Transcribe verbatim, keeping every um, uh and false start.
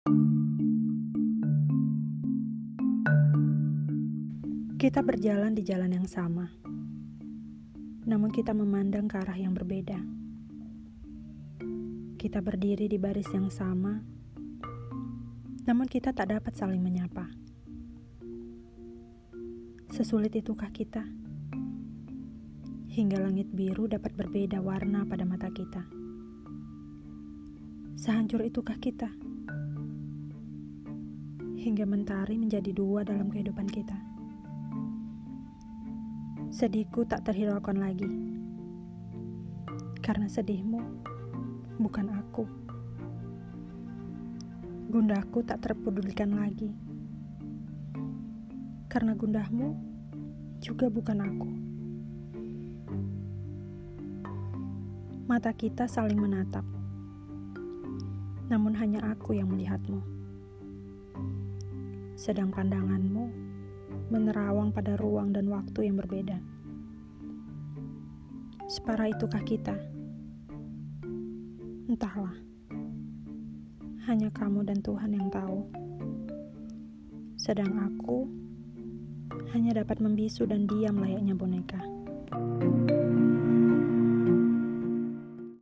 Kita berjalan di jalan yang sama, namun kita memandang ke arah yang berbeda. Kita berdiri di baris yang sama, namun kita tak dapat saling menyapa. Sesulit itukah kita? Hingga langit biru dapat berbeda warna pada mata kita. Sehancur itukah kita? Hingga mentari menjadi dua dalam kehidupan kita. Sedihku tak terhiraukan lagi, karena sedihmu bukan aku. Gundahku tak terpedulikan lagi, karena gundahmu juga bukan aku. Mata kita saling menatap, namun hanya aku yang melihatmu. Sedang pandanganmu menerawang pada ruang dan waktu yang berbeda. Separah itukah kita? Entahlah. Hanya kamu dan Tuhan yang tahu. Sedang aku hanya dapat membisu dan diam layaknya boneka.